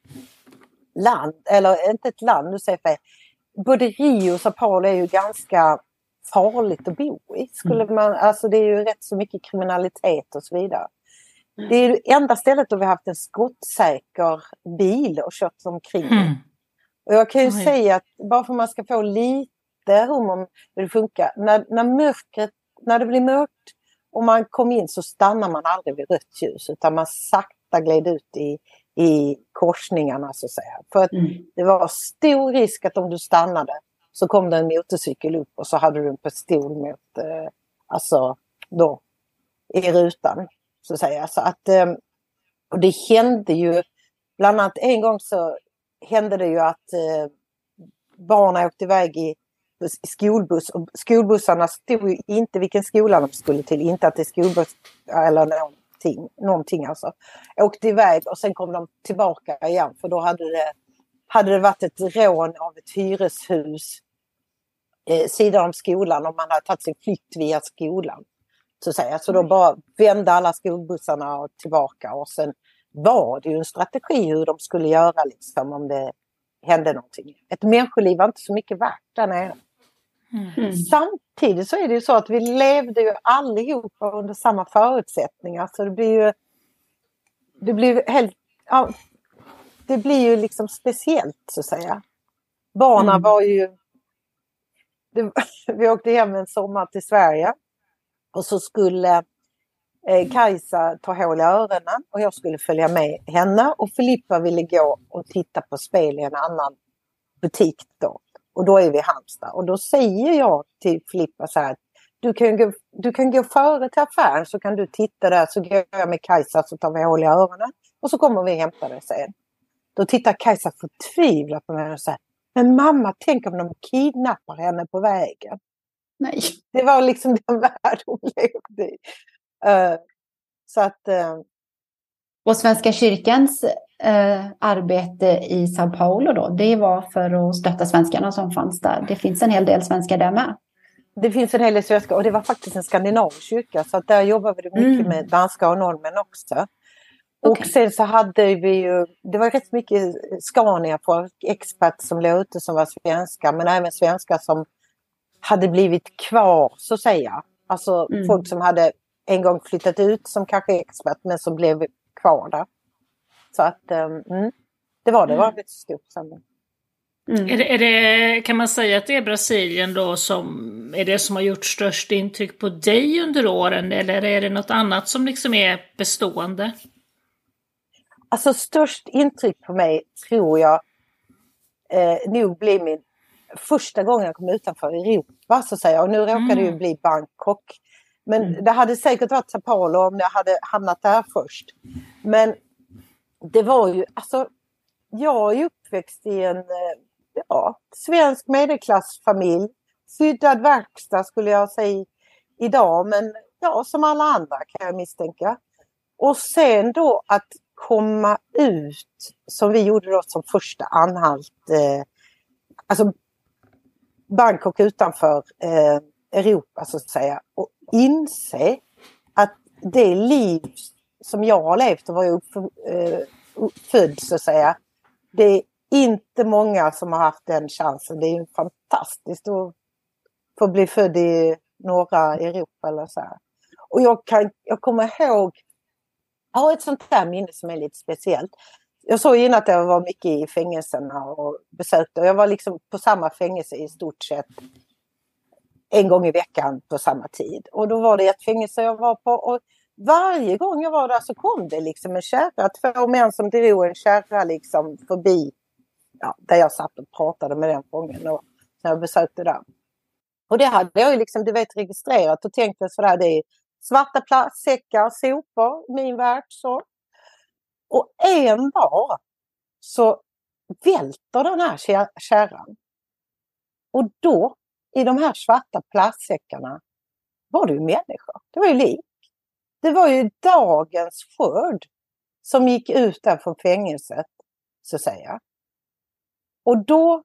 land, eller inte ett land, nu säger jag, både Rio och São Paulo är ju ganska farligt att bo i. Skulle man, alltså det är ju rätt så mycket kriminalitet och så vidare. Det är det enda stället där vi har haft en skottsäker bil och kört omkring. Mm. Och jag kan ju Oj. säga att bara för att man ska få lite hum om hur det funkar, när, när mörkret, när det blir mörkt och man kommer in så stannar man aldrig vid rött ljus utan man sakta gled ut i i korsningarna så att säga. För att mm. det var stor risk att om du stannade så kom det en motorcykel upp och så hade du en pistol mot eh, alltså då i rutan så att säga. Så att eh, och det hände ju bland annat en gång så hände det ju att eh, barnen åkte iväg i, i skolbuss och skolbussarna stod ju inte vilken skola de skulle till, inte att det är skolbuss eller någon någonting alltså. Åkte iväg och sen kom de tillbaka igen för då hade det, hade det varit ett rån av ett hyreshus eh, sidan om skolan och man hade tagit sin flykt via skolan. Så, att säga. Så då bara vände alla skolbussarna och tillbaka och sen var det ju en strategi hur de skulle göra liksom om det hände någonting. Ett människoliv var inte så mycket värt där nere. Mm. Samtidigt så är det ju så att vi levde ju allihopa under samma förutsättningar så det blir ju det blir helt ja, det blir ju liksom speciellt så att säga. Barnen mm. var ju det, vi åkte hem en sommar till Sverige och så skulle eh, Kajsa ta hål i öronen och jag skulle följa med henne och Filippa ville gå och titta på spel i en annan butik då. Och då är vi i Halmstad. Och då säger jag till Filippa så här. Du kan, gå, du kan gå före till affären så kan du titta där. Så går jag med Kajsa så tar vi hål i öronen. Och så kommer vi och hämtar det sen. Då tittar Kajsa förtvivlat på mig och säger. Men mamma, tänk om de kidnappar henne på vägen. Nej. Det var liksom den värld hon levde i. Uh, så att... Uh, Och Svenska kyrkans uh, arbete i Sao Paulo då, det var för att stötta svenskarna som fanns där. Det finns en hel del svenskar där med. Det finns en hel del svenskar och det var faktiskt en skandinavisk kyrka. Så att där jobbade vi mycket mm. med danska och norrmän också. Och okay. Sen så hade vi ju, det var rätt mycket Scania på expert som låg ute som var svenska. Men även svenskar som hade blivit kvar, så att säga. Alltså mm. folk som hade en gång flyttat ut som kanske expert men som blev kvar där. Så att mm, det var det var ett stort samling. Mm. Är det, är det, kan man säga att det är Brasilien då som är det som har gjort störst intryck på dig under åren? Eller är det något annat som liksom är bestående? Alltså störst intryck på mig tror jag eh, nog blir min första gången jag kom utanför Europa, så att säga. Och nu råkade mm. det ju bli Bangkok. Men mm. det hade säkert varit Sao Paulo om jag hade hamnat där först. Men det var ju, alltså jag är uppväxt i en ja, svensk medelklassfamilj. Skyddad verkstad skulle jag säga idag, men ja, som alla andra kan jag misstänka. Och sen då att komma ut, som vi gjorde då som första anhalt, eh, alltså Bangkok utanför eh, Europa så att säga, och inse att det liv som jag har levt och var uppfödd eh, så att säga, det är inte många som har haft den chansen. Det är ju fantastiskt att få bli född i norra Europa eller så här. Och jag, kan, jag kommer ihåg, jag har ett sånt här minne som är lite speciellt. Jag såg innan att jag var mycket i fängelserna och besökte. Och jag var liksom på samma fängelse i stort sett en gång i veckan på samma tid. Och då var det ett fängelse jag var på. Och varje gång jag var där så kom det liksom en kärra. Två män som drog en kärra liksom förbi. Ja, där jag satt och pratade med den fången och när jag besökte där. Och det hade jag ju liksom, du vet, registrerat och tänkte sådär, det är svarta plastsäckar, sopor, min värld så. Och en dag så välter den här kär- kärran. Och då, i de här svarta plastsäckarna, var det ju människor. Det var ju lik. Det var ju dagens skörd som gick ut där från fängelset, så att säga. Och då,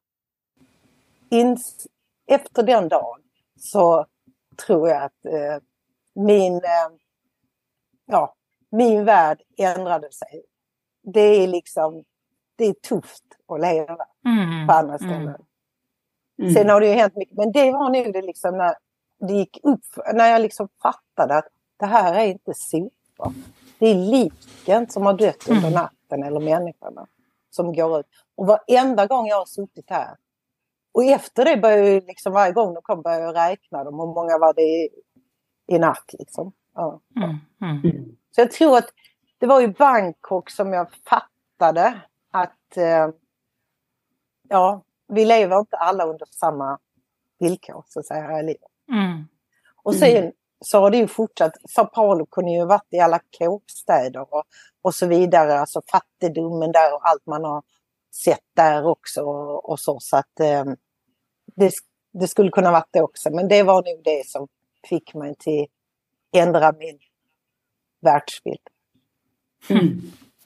ins, efter den dagen, så tror jag att eh, min, eh, ja, min värld ändrade sig. Det är liksom, det är tufft att leva mm. på andra ställen. Mm. Mm. Sen har det ju hänt mycket, men det var nog det liksom när det gick upp, när jag liksom fattade att det här är inte sopor. Det är liken som har dött under mm. natten eller människorna som går ut. Och varenda gång jag har suttit här. Och efter det började jag liksom varje gång de kom började jag räkna dem. Hur många var det i, i natt liksom. Ja. Mm. Mm. Så jag tror att det var ju Bangkok som jag fattade att eh, ja, vi lever inte alla under samma villkor så att säga här i livet. Mm. Och sen så har det ju fortsatt. Sao Paulo kunde ju varit i alla kåkstäder och, och så vidare. Alltså fattigdomen där och allt man har sett där också och, och så. Så att eh, det, det skulle kunna varit det också. Men det var nog det som fick mig till ändra min världsbild. Mm.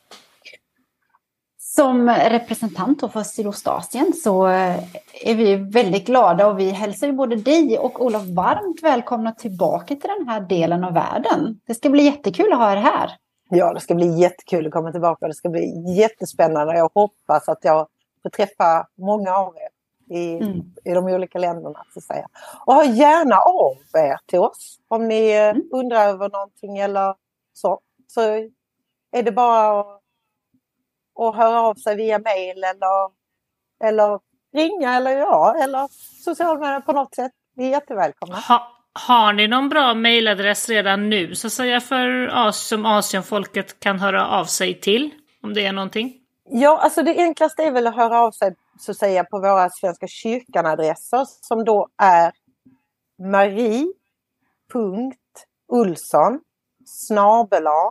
Som representant för Sydostasien så är vi väldigt glada och vi hälsar både dig och Olof varmt välkomna tillbaka till den här delen av världen. Det ska bli jättekul att ha er här. Ja, det ska bli jättekul att komma tillbaka. Det ska bli jättespännande. Jag hoppas att jag får träffa många av er i, mm. i de olika länderna. Så att säga. Och ha gärna av er till oss om ni mm. undrar över någonting eller så. Så är det bara att och höra av sig via mejl eller, eller ringa eller ja, eller sociala medier på något sätt. Vi är jättevälkomna. Ha, har ni någon bra mejladress redan nu så att säga för As- som Asienfolket kan höra av sig till om det är någonting? Ja, alltså det enklaste är väl att höra av sig så att säga på våra Svenska kyrkan-adresser som då är marie punkt olsson snabel-a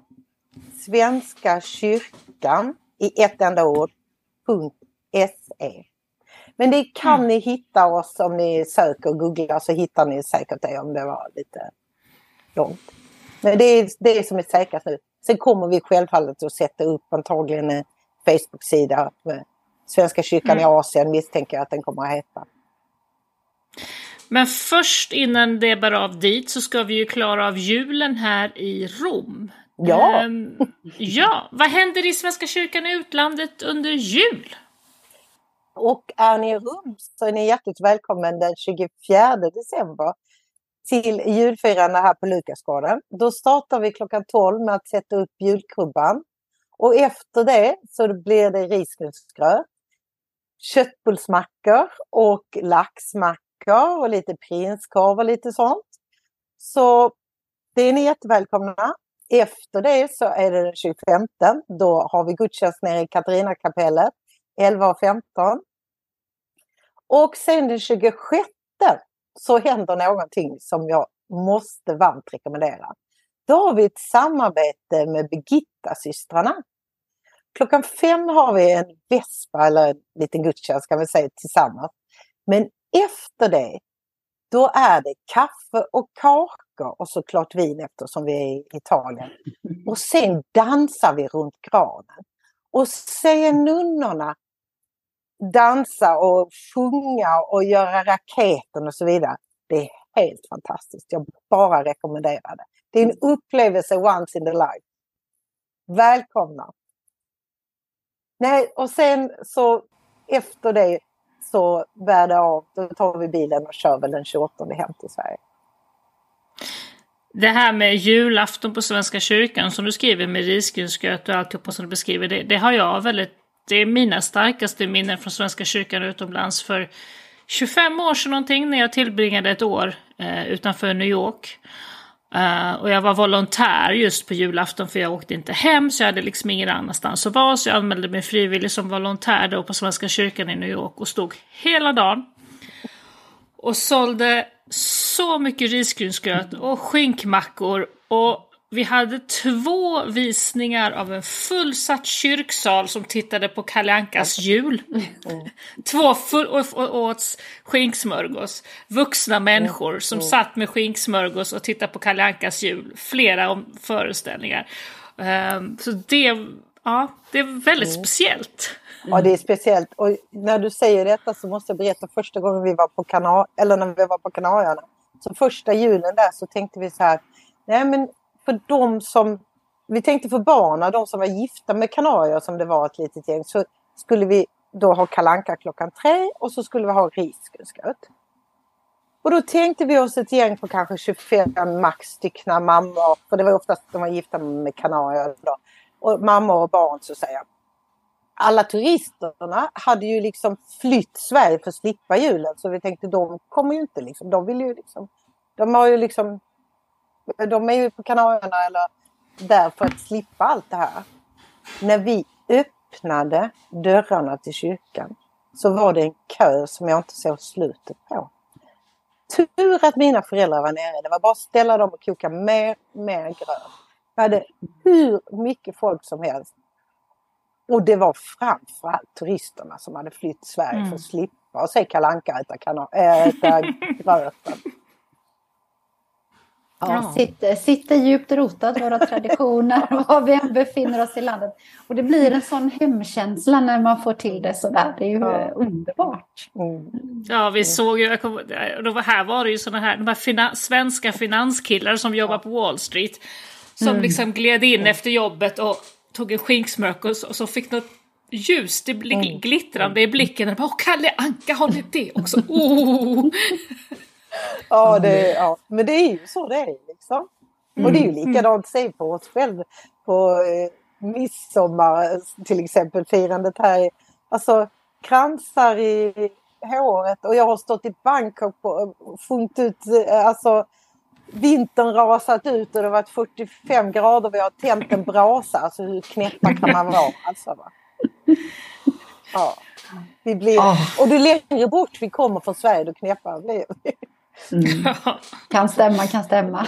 svenska kyrkan i ett enda ord, .se. Men det kan Mm. ni hitta oss om ni söker och googlar, så hittar ni säkert det om det var lite långt. Men det är det är som är säkrast nu. Sen kommer vi självfallet att sätta upp antagligen en Facebook-sida med Svenska kyrkan Mm. i Asien, misstänker jag att den kommer att heta. Men först innan det bär av dit så ska vi ju klara av julen här i Rom. Ja. Ehm, ja, vad händer i Svenska kyrkan i utlandet under jul? Och är ni i Rom så är ni hjärtligt välkommen den tjugofjärde december till julfirande här på Lukasgården. Då startar vi klockan tolv med att sätta upp julkrubban. Och efter det så blir det risgrynsgröt, köttbullsmackor och laxmackor och lite prinskorv och lite sånt. Så det är ni jättevälkomna. Efter det så är det den tjugofemte. Då har vi gudstjänst nere i Katarinakapellet elva och femton. Och sen den tjugosjätte så händer någonting som jag måste varmt rekommendera. Då har vi ett samarbete med Birgitta-systrarna. Klockan fem har vi en vespa eller en liten gudstjänst kan vi säga tillsammans. Men efter det, då är det kaffe och kakor och såklart vin eftersom vi är i Italien. Och sen dansar vi runt granen. Och se nunnorna dansa och sjunga och göra raketen och så vidare. Det är helt fantastiskt. Jag bara rekommenderar det. Det är en upplevelse once in the life. Välkomna! Nej, och sen så efter det så bär det av. Då tar vi bilen och kör väl den tjugoåttonde hem till Sverige. Det här med julafton på Svenska kyrkan som du skriver med risgrynsgröt och alltihopa som du beskriver, det, det har jag väldigt, det är mina starkaste minnen från Svenska kyrkan utomlands för tjugofem år sedan någonting när jag tillbringade ett år eh, utanför New York. Uh, och jag var volontär just på julafton för jag åkte inte hem så jag hade liksom ingen annanstans att vara, så jag anmälde mig frivillig som volontär då på Svenska kyrkan i New York och stod hela dagen och sålde så mycket risgrynsgröt och skinkmackor, och vi hade två visningar av en fullsatt kyrksal som tittade på Kalle Ankas jul. Mm. Två full och, och åt skinksmörgås. Vuxna människor mm. som mm. satt med skinksmörgås och tittade på Kalle Ankas jul. Flera om föreställningar. Um, så det, ja, det är väldigt mm. speciellt. Ja, det är speciellt. Och när du säger detta så måste jag berätta första gången vi var på Kanar eller när vi var på Kanarierna. Så första julen där så tänkte vi så här, nej men för de som, vi tänkte för barnen, de som var gifta med kanarier som det var ett litet gäng, så skulle vi då ha Kalle Anka klockan tre och så skulle vi ha risgrynsgröt. Och då tänkte vi oss ett gäng på kanske tjugofem max styckna mammor, för det var oftast de var gifta med kanarier då, och mammor och barn så att säga. Alla turisterna hade ju liksom flytt Sverige för att slippa julen, så vi tänkte de kommer ju inte liksom, de vill ju liksom, de har ju liksom de är ju på Kanarierna eller där för att slippa allt det här. När vi öppnade dörrarna till kyrkan så var det en kö som jag inte såg slutet på. Tur att mina föräldrar var nere. Det var bara att ställa dem och koka mer, mer gröt. Vi hade hur mycket folk som helst. Och det var framförallt turisterna som hade flytt Sverige mm. för att slippa och se Kalle Anka äta, kana- äta gröten. Ja, sitter, sitter djupt rotat våra traditioner var vi än befinner oss i landet. Och det blir en sån hemkänsla när man får till det sådär. Det är ju ja. underbart. Mm. Ja, vi såg ju, kom, då här var det ju såna här, de här fina, svenska finanskillar som jobbar på Wall Street. Som mm. liksom gled in mm. efter jobbet och tog en skinksmörgås och så fick något ljus, det bl- mm. glittrande i blicken. Och bara, åh, Kalle Anka, har ni det också? Oh. Ja, det, ja, men det är ju så det är liksom. Och det är ju likadant, se på oss själv på eh, midsommar till exempel, firandet här. Alltså kransar i håret, och jag har stått i Bangkok och sjungit ut, alltså vintern rasat ut och det har varit fyrtiofem grader och vi har tänt en brasa. Alltså hur knäppa kan man vara? Alltså, va? Ja, vi blir, oh. och det längre bort vi kommer från Sverige, då knäppar blir vi. Mm. Kan stämma, kan stämma.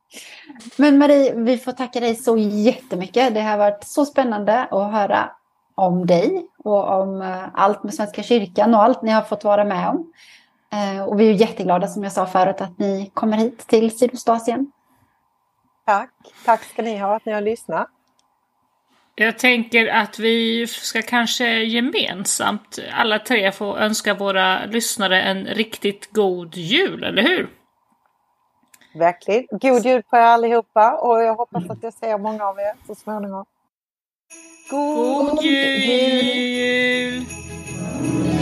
Men Marie, vi får tacka dig så jättemycket. Det har varit så spännande att höra om dig och om eh, allt med Svenska kyrkan och allt ni har fått vara med om. Eh, och vi är jätteglada, som jag sa förut, att ni kommer hit till Sydostasien. Tack. Tack ska ni ha att ni har lyssnat. Jag tänker att vi ska kanske gemensamt alla tre få önska våra lyssnare en riktigt god jul, eller hur? Verkligen. God jul på er allihopa och jag hoppas att jag ser många av er så småningom. God, god jul! jul.